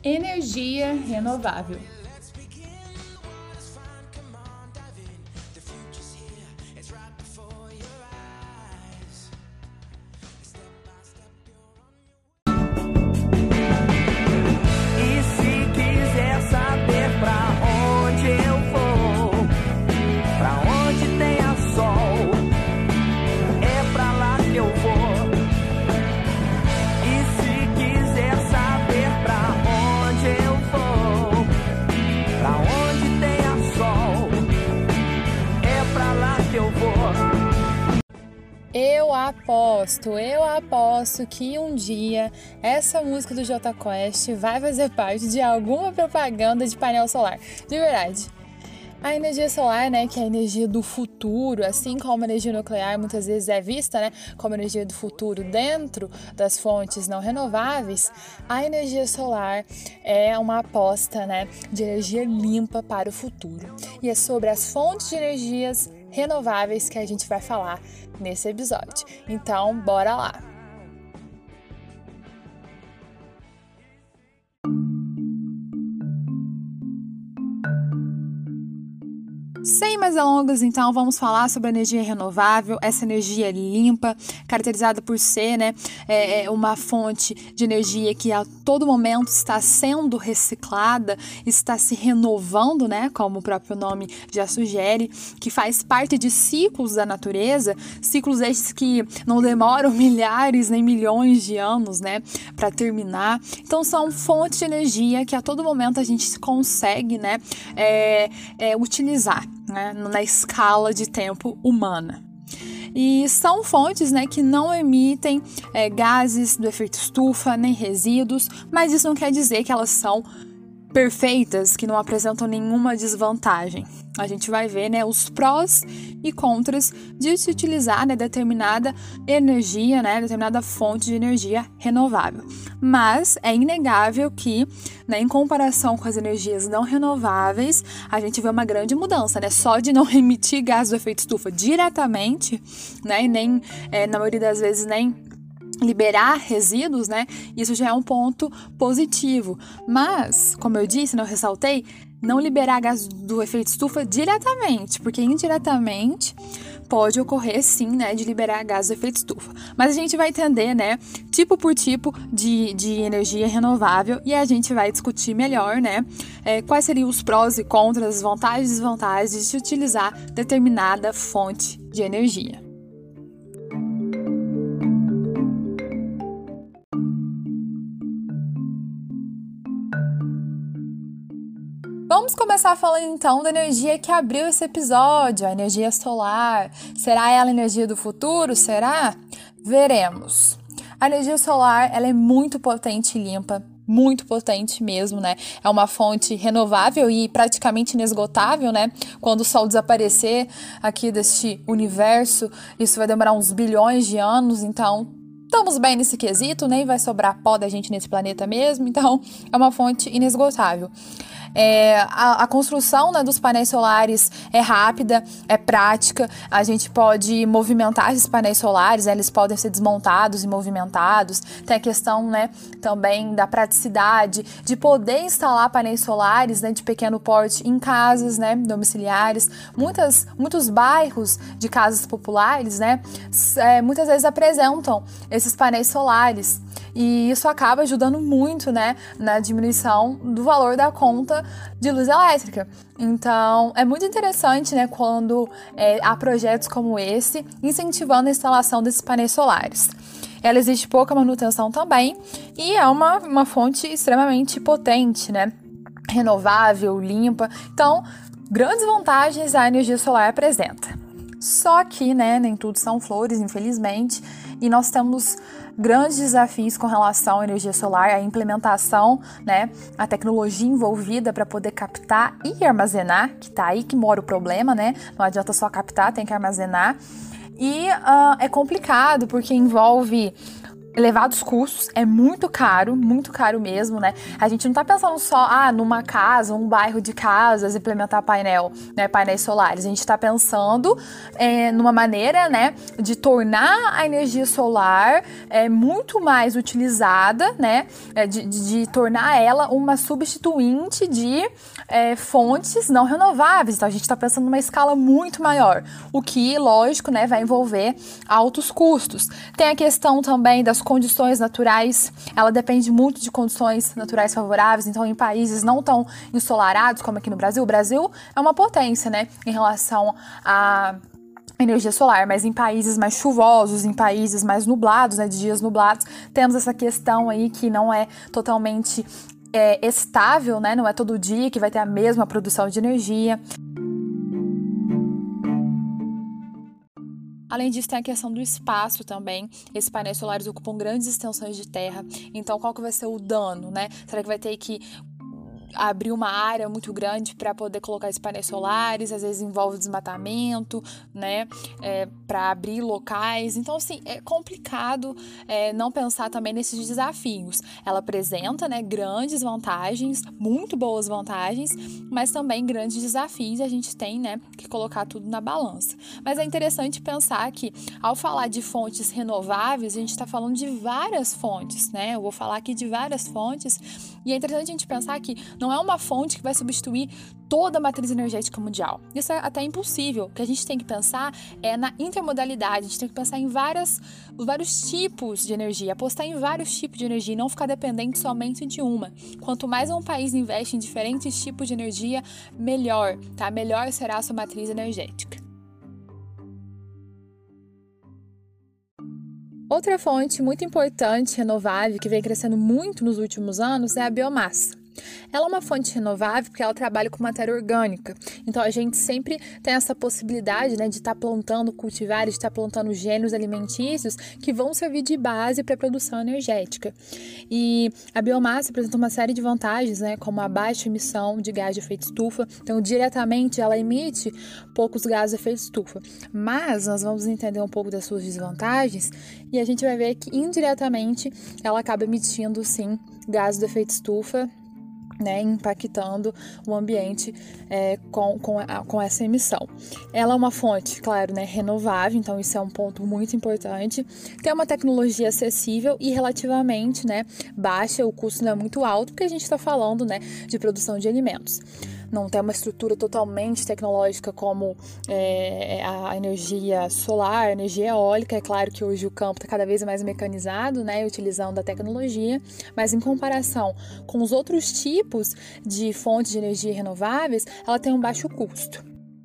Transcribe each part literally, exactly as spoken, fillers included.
Energia renovável. Eu aposto, eu aposto que um dia essa música do Jota Quest vai fazer parte de alguma propaganda de painel solar. De verdade. A energia solar, né, que é a energia do futuro, assim como a energia nuclear muitas vezes é vista, né, como a energia do futuro dentro das fontes não renováveis, a energia solar é uma aposta, né, de energia limpa para o futuro. E é sobre as fontes de energias renováveis que a gente vai falar nesse episódio. Então, bora lá! Sem mais delongas, então, vamos falar sobre a energia renovável, essa energia limpa, caracterizada por ser, né, é, uma fonte de energia que a todo momento está sendo reciclada, está se renovando, né, como o próprio nome já sugere, que faz parte de ciclos da natureza, ciclos estes que não demoram milhares nem milhões de anos, né, para terminar. Então, são fontes de energia que a todo momento a gente consegue, né, é, é, utilizar, né, na escala de tempo humana. E são fontes, né, que não emitem é, gases do efeito estufa, nem resíduos, mas isso não quer dizer que elas são perfeitas, que não apresentam nenhuma desvantagem. A gente vai ver, né, os prós e contras de se utilizar, né, determinada energia, né, determinada fonte de energia renovável. Mas é inegável que, né, em comparação com as energias não renováveis, a gente vê uma grande mudança, né? Só de não emitir gás do efeito estufa diretamente, né, e nem, é, na maioria das vezes, nem liberar resíduos, né? Isso já é um ponto positivo. Mas, como eu disse, né, eu ressaltei, não liberar gás do efeito estufa diretamente, porque indiretamente pode ocorrer sim, né, de liberar gás do efeito estufa. Mas a gente vai entender, né, tipo por tipo de, de energia renovável e a gente vai discutir melhor, né, é, quais seriam os prós e contras, as vantagens e desvantagens de se utilizar determinada fonte de energia. Vamos começar falando então da energia que abriu esse episódio, a energia solar. Será ela a energia do futuro? Será? Veremos. A energia solar, ela é muito potente e limpa, muito potente mesmo, né? É uma fonte renovável e praticamente inesgotável, né? Quando o Sol desaparecer aqui deste universo, isso vai demorar uns bilhões de anos, então estamos bem nesse quesito, nem vai sobrar pó da gente nesse planeta mesmo, então é uma fonte inesgotável. É, a, a construção, né, dos painéis solares é rápida, é prática, a gente pode movimentar esses painéis solares, né, eles podem ser desmontados e movimentados. Tem a questão, né, também da praticidade de poder instalar painéis solares, né, de pequeno porte em casas, né, domiciliares. Muitas, muitos bairros de casas populares, né, é, muitas vezes apresentam esses painéis solares. E isso acaba ajudando muito, né, na diminuição do valor da conta de luz elétrica. Então, é muito interessante, né, quando é, há projetos como esse incentivando a instalação desses painéis solares. Ela exige pouca manutenção também e é uma, uma fonte extremamente potente, né, renovável, limpa. Então, grandes vantagens a energia solar apresenta. Só que, né, nem tudo são flores, infelizmente, e nós temos grandes desafios com relação à energia solar, a implementação, né, a tecnologia envolvida para poder captar e armazenar, que tá aí que mora o problema, né, não adianta só captar, tem que armazenar, e uh, é complicado porque envolve elevados custos, é muito caro, muito caro mesmo, né? A gente não tá pensando só, ah, numa casa, um bairro de casas, implementar painel, né, painéis solares. A gente tá pensando é, numa maneira, né, de tornar a energia solar é, muito mais utilizada, né, de, de, de tornar ela uma substituinte de é, fontes não renováveis. Então a gente tá pensando numa escala muito maior, o que, lógico, né, vai envolver altos custos. Tem a questão também das condições naturais, ela depende muito de condições naturais favoráveis, então em países não tão ensolarados como aqui no Brasil, o Brasil é uma potência, né, em relação à energia solar, mas em países mais chuvosos, em países mais nublados, né, de dias nublados, temos essa questão aí que não é totalmente é, estável, né, não é todo dia que vai ter a mesma produção de energia. Além disso, tem a questão do espaço também. Esses painéis solares ocupam grandes extensões de terra. Então, qual que vai ser o dano, né? Será que vai ter que abrir uma área muito grande para poder colocar esses painéis solares? Às vezes envolve desmatamento, né? É, para abrir locais. Então, assim, é complicado é, não pensar também nesses desafios. Ela apresenta, né, grandes vantagens, muito boas vantagens, mas também grandes desafios. A gente tem, né, que colocar tudo na balança. Mas é interessante pensar que, ao falar de fontes renováveis, a gente está falando de várias fontes, né? Eu vou falar aqui de várias fontes, e é interessante a gente pensar que não é uma fonte que vai substituir toda a matriz energética mundial. Isso é até impossível. O que a gente tem que pensar é na intermodalidade. A gente tem que pensar em várias, vários tipos de energia, apostar em vários tipos de energia e não ficar dependente somente de uma. Quanto mais um país investe em diferentes tipos de energia, melhor, tá? Melhor será a sua matriz energética. Outra fonte muito importante, renovável, que vem crescendo muito nos últimos anos é a biomassa. Ela é uma fonte renovável porque ela trabalha com matéria orgânica. Então, a gente sempre tem essa possibilidade, né, de estar tá plantando cultivares, de estar tá plantando gêneros alimentícios que vão servir de base para a produção energética. E a biomassa apresenta uma série de vantagens, né, como a baixa emissão de gás de efeito estufa. Então, diretamente, ela emite poucos gases de efeito estufa. Mas nós vamos entender um pouco das suas desvantagens e a gente vai ver que, indiretamente, ela acaba emitindo, sim, gases de efeito estufa, né, impactando o ambiente é, com, com, a, com essa emissão. Ela é uma fonte, claro, né, renovável, então isso é um ponto muito importante. Tem uma tecnologia acessível e relativamente, né, baixa, o custo não é muito alto, porque a gente está falando, né, de produção de alimentos. Não tem uma estrutura totalmente tecnológica como é, a energia solar, a energia eólica. É claro que hoje o campo está cada vez mais mecanizado, né, utilizando a tecnologia, mas em comparação com os outros tipos de fontes de energia renováveis, ela tem um baixo custo.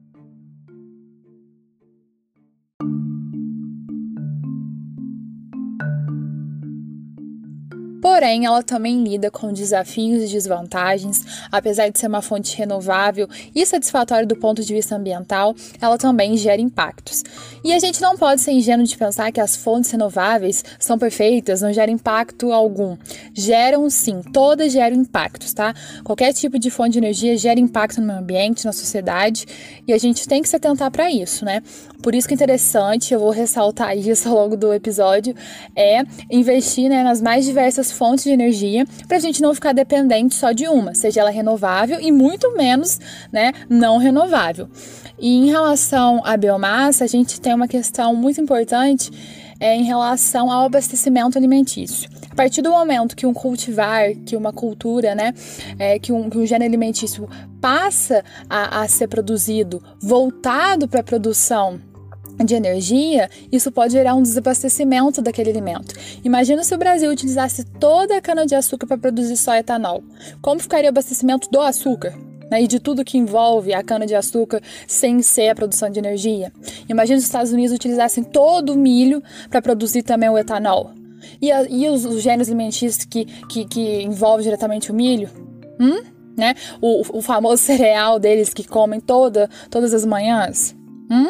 Porém, ela também lida com desafios e desvantagens. Apesar de ser uma fonte renovável e satisfatória do ponto de vista ambiental, ela também gera impactos. E a gente não pode ser ingênuo de pensar que as fontes renováveis são perfeitas, não geram impacto algum. Geram sim, todas geram impactos, tá? Qualquer tipo de fonte de energia gera impacto no meio ambiente, na sociedade, e a gente tem que se atentar para isso, né? Por isso que é interessante, eu vou ressaltar isso ao longo do episódio, é investir, né, nas mais diversas fontes de energia, para a gente não ficar dependente só de uma, seja ela renovável e muito menos, né, não renovável. E em relação à biomassa, a gente tem uma questão muito importante é, em relação ao abastecimento alimentício. A partir do momento que um cultivar, que uma cultura, né, é, que, um, que um gênero alimentício passa a, a ser produzido voltado para a produção de energia, isso pode gerar um desabastecimento daquele alimento. Imagina se o Brasil utilizasse toda a cana-de-açúcar para produzir só etanol. Como ficaria o abastecimento do açúcar, né, e de tudo que envolve a cana-de-açúcar sem ser a produção de energia? Imagina se os Estados Unidos utilizassem todo o milho para produzir também o etanol. E, a, e os, os gêneros alimentícios que, que, que envolvem diretamente o milho? Hum? Né? O, o famoso cereal deles que comem toda, todas as manhãs? Hum?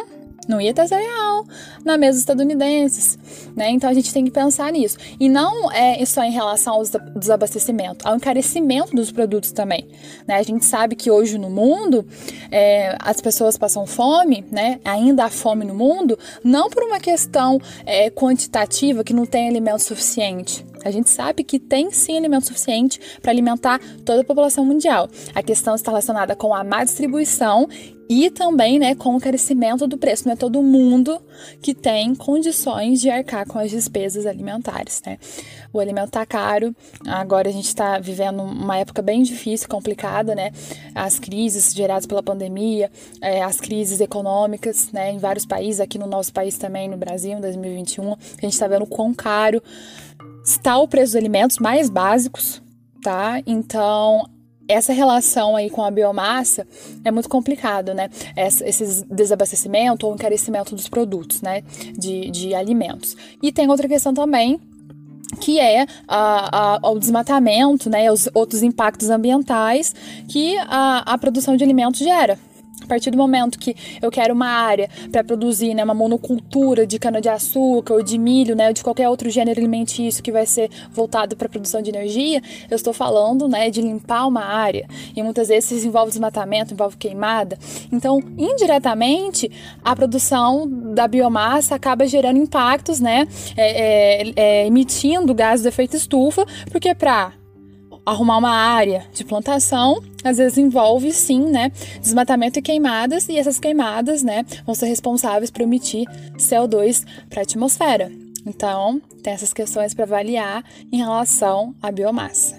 Não ia ter cereal na mesa dos estadunidenses, né? Então a gente tem que pensar nisso. E não é só em relação ao desabastecimento, ao encarecimento dos produtos também, né? A gente sabe que hoje no mundo é, as pessoas passam fome, né? Ainda há fome no mundo, não por uma questão é, quantitativa, que não tem alimento suficiente. A gente sabe que tem sim alimento suficiente para alimentar toda a população mundial. A questão está relacionada com a má distribuição e também, né, com o encarecimento do preço. Não é todo mundo que tem condições de arcar com as despesas alimentares, né? O alimento está caro, agora a gente está vivendo uma época bem difícil, complicada, né? As crises geradas pela pandemia, é, as crises econômicas, né, em vários países, aqui no nosso país também, no Brasil, em dois mil e vinte e um, a gente está vendo o quão caro está o preço dos alimentos mais básicos, tá? Então, essa relação aí com a biomassa é muito complicado, né? Esse, esse desabastecimento ou encarecimento dos produtos, né? De, de alimentos. E tem outra questão também, que é a, a, o desmatamento, né? Os outros impactos ambientais que a, a produção de alimentos gera. A partir do momento que eu quero uma área para produzir, né, uma monocultura de cana-de-açúcar ou de milho, né, ou de qualquer outro gênero alimentício que vai ser voltado para a produção de energia, eu estou falando, né, de limpar uma área. E muitas vezes isso envolve desmatamento, envolve queimada. Então, indiretamente, a produção da biomassa acaba gerando impactos, né, é, é, é, emitindo gases do efeito estufa, porque para arrumar uma área de plantação, às vezes envolve sim, né, desmatamento e queimadas, e essas queimadas, né, vão ser responsáveis por emitir C O dois para a atmosfera. Então, tem essas questões para avaliar em relação à biomassa.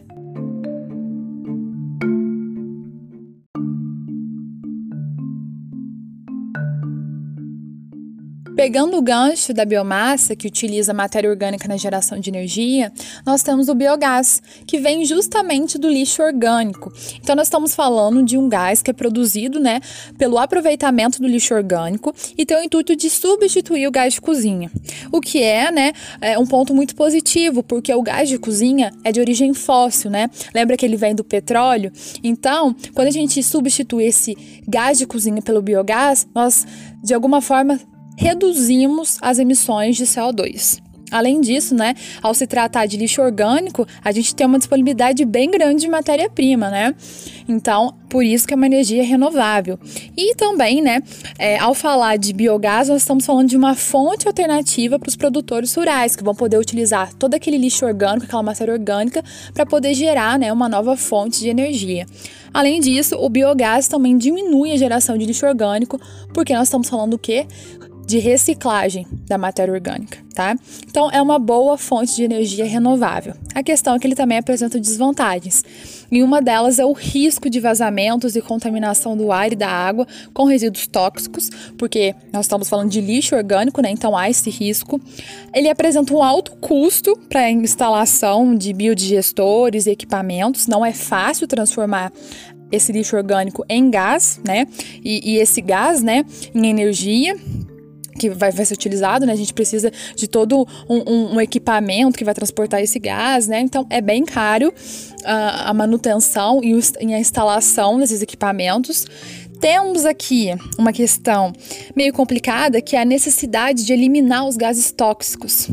Pegando o gancho da biomassa, que utiliza matéria orgânica na geração de energia, nós temos o biogás, que vem justamente do lixo orgânico. Então, nós estamos falando de um gás que é produzido, né, pelo aproveitamento do lixo orgânico e tem o intuito de substituir o gás de cozinha. O que é, né, é um ponto muito positivo, porque o gás de cozinha é de origem fóssil, né? Lembra que ele vem do petróleo? Então, quando a gente substitui esse gás de cozinha pelo biogás, nós, de alguma forma, reduzimos as emissões de C O dois. Além disso, né, ao se tratar de lixo orgânico, a gente tem uma disponibilidade bem grande de matéria-prima, né? Então, por isso que é uma energia renovável. E também, né, é, ao falar de biogás, nós estamos falando de uma fonte alternativa para os produtores rurais, que vão poder utilizar todo aquele lixo orgânico, aquela matéria orgânica, para poder gerar, né, uma nova fonte de energia. Além disso, o biogás também diminui a geração de lixo orgânico, porque nós estamos falando do quê? De reciclagem da matéria orgânica, tá? Então, é uma boa fonte de energia renovável. A questão é que ele também apresenta desvantagens. E uma delas é o risco de vazamentos e contaminação do ar e da água com resíduos tóxicos, porque nós estamos falando de lixo orgânico, né? Então, há esse risco. Ele apresenta um alto custo para a instalação de biodigestores e equipamentos. Não é fácil transformar esse lixo orgânico em gás, né? E, e esse gás, né, em energia que vai, vai ser utilizado, né? A gente precisa de todo um, um, um equipamento que vai transportar esse gás, né? Então, é bem caro uh, a manutenção e, o, e a instalação desses equipamentos. Temos aqui uma questão meio complicada, que é a necessidade de eliminar os gases tóxicos,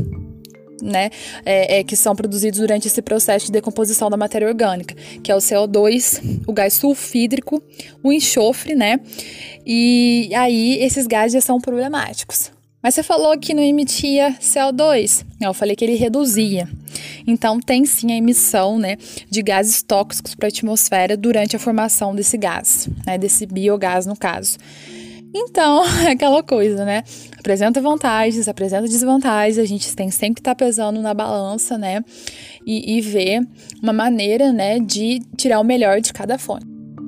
né, é, é, que são produzidos durante esse processo de decomposição da matéria orgânica, que é o C O dois, o gás sulfídrico, o enxofre, né, e aí esses gases já são problemáticos. Mas você falou que não emitia C O dois, eu falei que ele reduzia. Então tem sim a emissão, né, de gases tóxicos para a atmosfera durante a formação desse gás, né, desse biogás no caso. Então, é aquela coisa, né? Apresenta vantagens, apresenta desvantagens, a gente tem sempre que estar tá pesando na balança, né? E, e ver uma maneira, né, de tirar o melhor de cada fonte.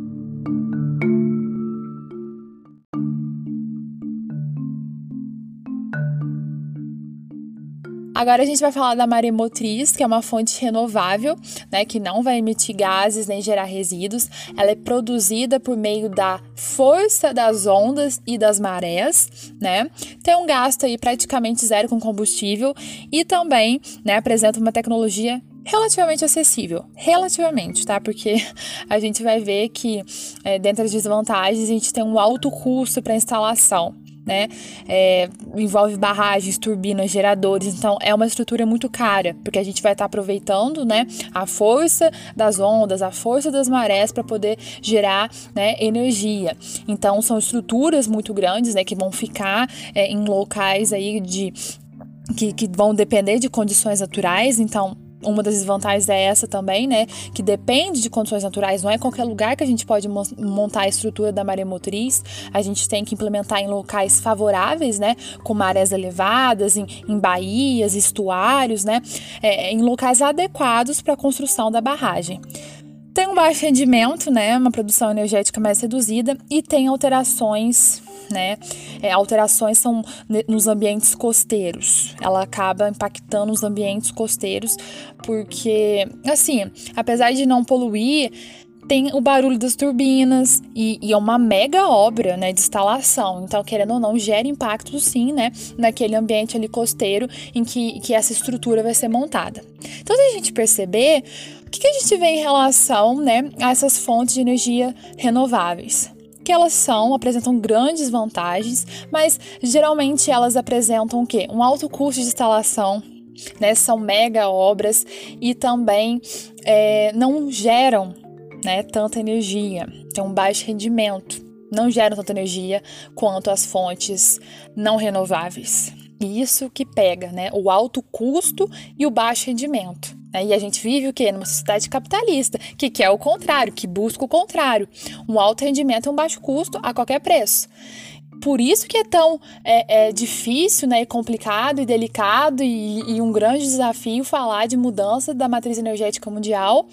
Agora a gente vai falar da maremotriz, que é uma fonte renovável, né, que não vai emitir gases nem gerar resíduos. Ela é produzida por meio da força das ondas e das marés, né? Tem um gasto aí praticamente zero com combustível e também, né, apresenta uma tecnologia relativamente acessível, relativamente, tá? Porque a gente vai ver que, é, dentre as desvantagens, a gente tem um alto custo para instalação, né? É, envolve barragens, turbinas, geradores, então é uma estrutura muito cara, porque a gente vai estar aproveitando, né, a força das ondas, a força das marés para poder gerar, né, energia. Então são estruturas muito grandes, né, que vão ficar é, em locais aí de que, que vão depender de condições naturais. Então uma das desvantagens é essa também, né? Que depende de condições naturais, não é qualquer lugar que a gente pode montar a estrutura da maremotriz. A gente tem que implementar em locais favoráveis, né? Com marés elevadas, em, em baías, estuários, né? É, em locais adequados para a construção da barragem. Tem um baixo rendimento, né? Uma produção energética mais reduzida e tem alterações, né? É, alterações são nos ambientes costeiros. Ela acaba impactando os ambientes costeiros porque, assim, apesar de não poluir, tem o barulho das turbinas e, e é uma mega obra, né, de instalação. Então, querendo ou não, gera impacto sim, né, naquele ambiente ali costeiro em que, que essa estrutura vai ser montada. Então, se a gente perceber, o que, que a gente vê em relação, né, a essas fontes de energia renováveis? Que elas são, apresentam grandes vantagens, mas geralmente elas apresentam o quê? Um alto custo de instalação, né, são mega obras e também é, não geram, né, tanta energia, tem um baixo rendimento, não geram tanta energia quanto as fontes não renováveis. E isso que pega, né, o alto custo e o baixo rendimento. Né? E a gente vive o quê? Numa sociedade capitalista, que quer o contrário, que busca o contrário. Um alto rendimento e um baixo custo a qualquer preço. Por isso que é tão é, é, difícil, né, complicado e delicado e, e um grande desafio falar de mudança da matriz energética mundial,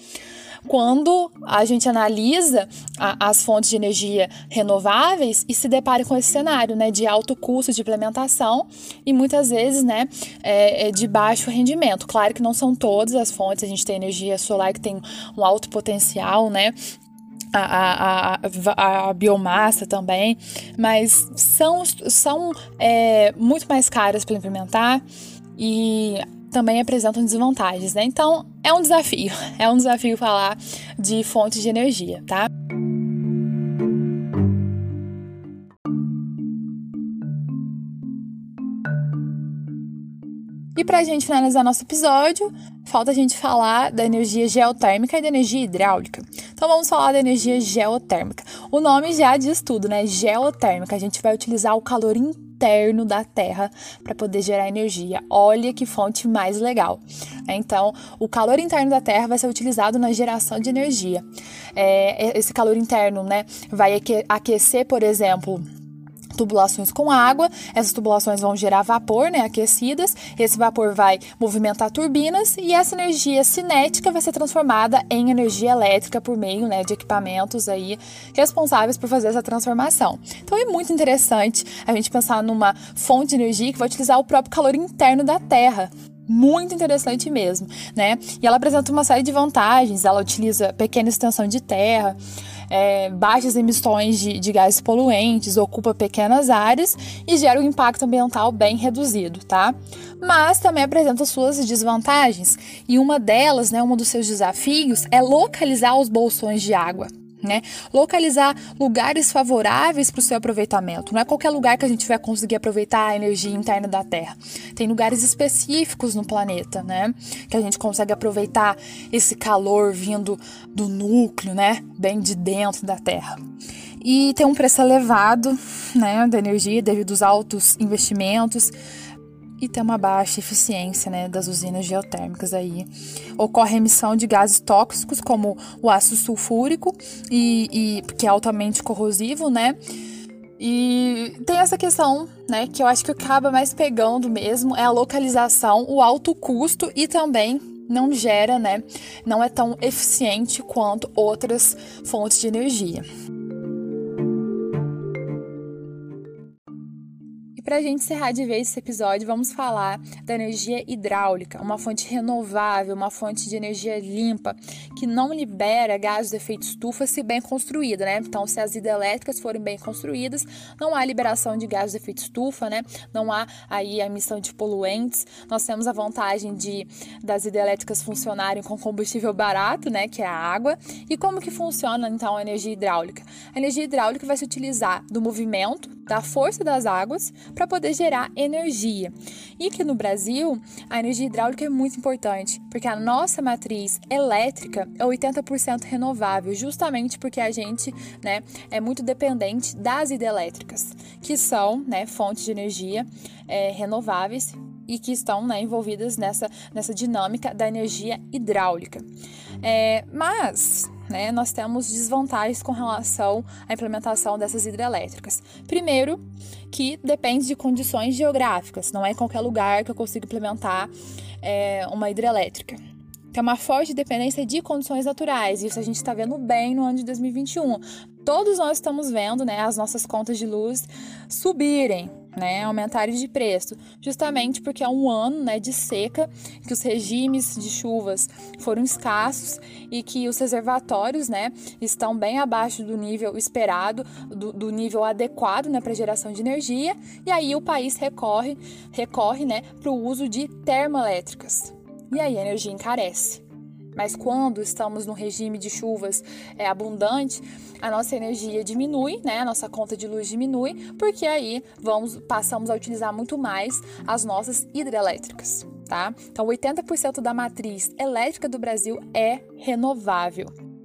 quando a gente analisa a, as fontes de energia renováveis e se depara com esse cenário, né, de alto custo de implementação e muitas vezes, né, é, de baixo rendimento. Claro que não são todas as fontes, a gente tem energia solar que tem um alto potencial, né, A, a, a, a biomassa também, mas são, são é, muito mais caras para implementar e também apresentam desvantagens, né? Então, é um desafio, é um desafio falar de fontes de energia, tá? E para a gente finalizar nosso episódio, falta a gente falar da energia geotérmica e da energia hidráulica. Então vamos falar da energia geotérmica. O nome já diz tudo, né? Geotérmica. A gente vai utilizar o calor interno da Terra para poder gerar energia. Olha que fonte mais legal. Então, o calor interno da Terra vai ser utilizado na geração de energia. É, esse calor interno, né, vai aquecer, por exemplo, tubulações com água, essas tubulações vão gerar vapor, né, aquecidas, esse vapor vai movimentar turbinas e essa energia cinética vai ser transformada em energia elétrica por meio, né, de equipamentos aí responsáveis por fazer essa transformação. Então é muito interessante a gente pensar numa fonte de energia que vai utilizar o próprio calor interno da Terra. Muito interessante mesmo, né? E ela apresenta uma série de vantagens, ela utiliza pequena extensão de terra, é, baixas emissões de, de gases poluentes, ocupa pequenas áreas e gera um impacto ambiental bem reduzido, tá? Mas também apresenta suas desvantagens e uma delas, né, um dos seus desafios é localizar os bolsões de água. Né? Localizar lugares favoráveis para o seu aproveitamento. Não é qualquer lugar que a gente vai conseguir aproveitar a energia interna da Terra. Tem lugares específicos no planeta, né? Que a gente consegue aproveitar esse calor vindo do núcleo, né? Bem de dentro da Terra. E tem um preço elevado, né, da energia devido aos altos investimentos e tem uma baixa eficiência, né, das usinas geotérmicas aí. Ocorre a emissão de gases tóxicos como o ácido sulfúrico, e, e, que é altamente corrosivo, né? E tem essa questão, né, que eu acho que acaba mais pegando mesmo, é a localização, o alto custo e também não gera, né, não é tão eficiente quanto outras fontes de energia. E para a gente encerrar de vez esse episódio, vamos falar da energia hidráulica, uma fonte renovável, uma fonte de energia limpa, que não libera gases de efeito estufa se bem construída, né? Então, se as hidrelétricas forem bem construídas, não há liberação de gases de efeito estufa, né? Não há aí a emissão de poluentes. Nós temos a vantagem de das hidrelétricas funcionarem com combustível barato, né? Que é a água. E como que funciona, então, a energia hidráulica? A energia hidráulica vai se utilizar do movimento da força das águas para poder gerar energia. E aqui no Brasil, a energia hidráulica é muito importante, porque a nossa matriz elétrica é oitenta por cento renovável, justamente porque a gente, né, é muito dependente das hidrelétricas, que são, né, fontes de energia é, renováveis e que estão, né, envolvidas nessa, nessa dinâmica da energia hidráulica. É, mas, né, nós temos desvantagens com relação à implementação dessas hidrelétricas. Primeiro, que depende de condições geográficas, não é em qualquer lugar que eu consigo implementar é, uma hidrelétrica. Tem uma forte dependência de condições naturais, isso a gente está vendo bem no ano de dois mil e vinte e um. Todos nós estamos vendo, né, as nossas contas de luz subirem, né, aumentarem de preço, justamente porque é um ano, né, de seca, que os regimes de chuvas foram escassos e que os reservatórios, né, estão bem abaixo do nível esperado, do, do nível adequado, né, para geração de energia, e aí o país recorre, recorre, né, para o uso de termoelétricas. E aí a energia encarece. Mas quando estamos num regime de chuvas é, abundante, a nossa energia diminui, né? A nossa conta de luz diminui, porque aí vamos, passamos a utilizar muito mais as nossas hidrelétricas, tá? Então, oitenta por cento da matriz elétrica do Brasil é renovável.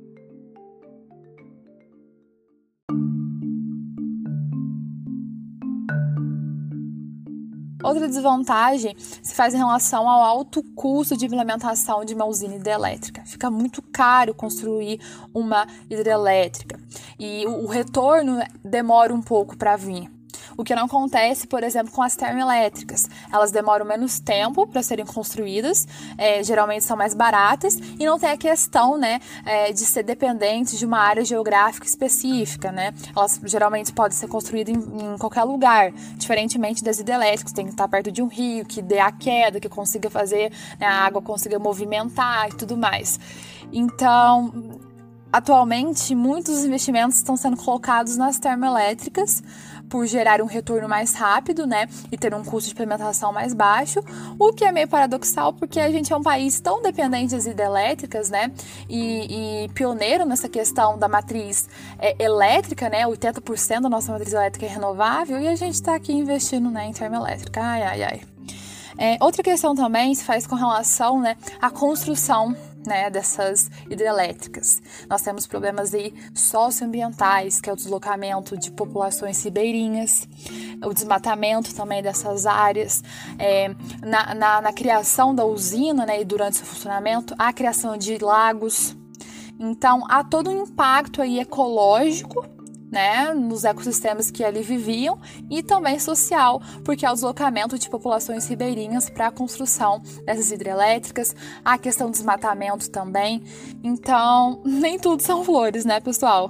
Outra desvantagem se faz em relação ao alto custo de implementação de uma usina hidrelétrica. Fica muito caro construir uma hidrelétrica e o retorno demora um pouco para vir. O que não acontece, por exemplo, com as termoelétricas. Elas demoram menos tempo para serem construídas, é, geralmente são mais baratas e não tem a questão, né, é, de ser dependentes de uma área geográfica específica, né? Elas geralmente podem ser construídas em, em qualquer lugar, diferentemente das hidrelétricas. Tem que estar perto de um rio, que dê a queda, que consiga fazer, né, a água consiga movimentar e tudo mais. Então, atualmente, muitos investimentos estão sendo colocados nas termoelétricas por gerar um retorno mais rápido, né, e ter um custo de implementação mais baixo, o que é meio paradoxal, porque a gente é um país tão dependente das hidrelétricas, né, e, e pioneiro nessa questão da matriz é, elétrica, né, oitenta por cento da nossa matriz elétrica é renovável, e a gente está aqui investindo, né, em termoelétrica. Ai, ai, ai. É, outra questão também se faz com relação, né, à construção, né, dessas hidrelétricas. Nós temos problemas aí socioambientais, que é o deslocamento de populações ribeirinhas, o desmatamento também dessas áreas, é, na, na, na criação da usina, né, e durante seu funcionamento, a criação de lagos. Então, há todo um impacto aí ecológico, né, nos ecossistemas que ali viviam e também social, porque há o deslocamento de populações ribeirinhas para a construção dessas hidrelétricas, a questão do desmatamento também. Então, nem tudo são flores, né, pessoal?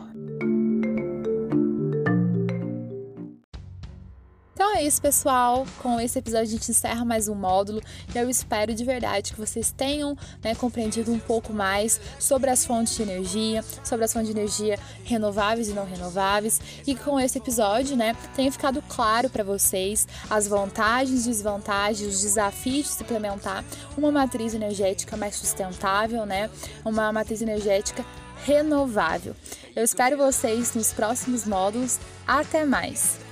Então é isso, pessoal. Com esse episódio a gente encerra mais um módulo e eu espero de verdade que vocês tenham, né, compreendido um pouco mais sobre as fontes de energia, sobre as fontes de energia renováveis e não renováveis, e que com esse episódio, né, tenha ficado claro para vocês as vantagens, desvantagens, os desafios de se implementar uma matriz energética mais sustentável, né, uma matriz energética renovável. Eu espero vocês nos próximos módulos. Até mais!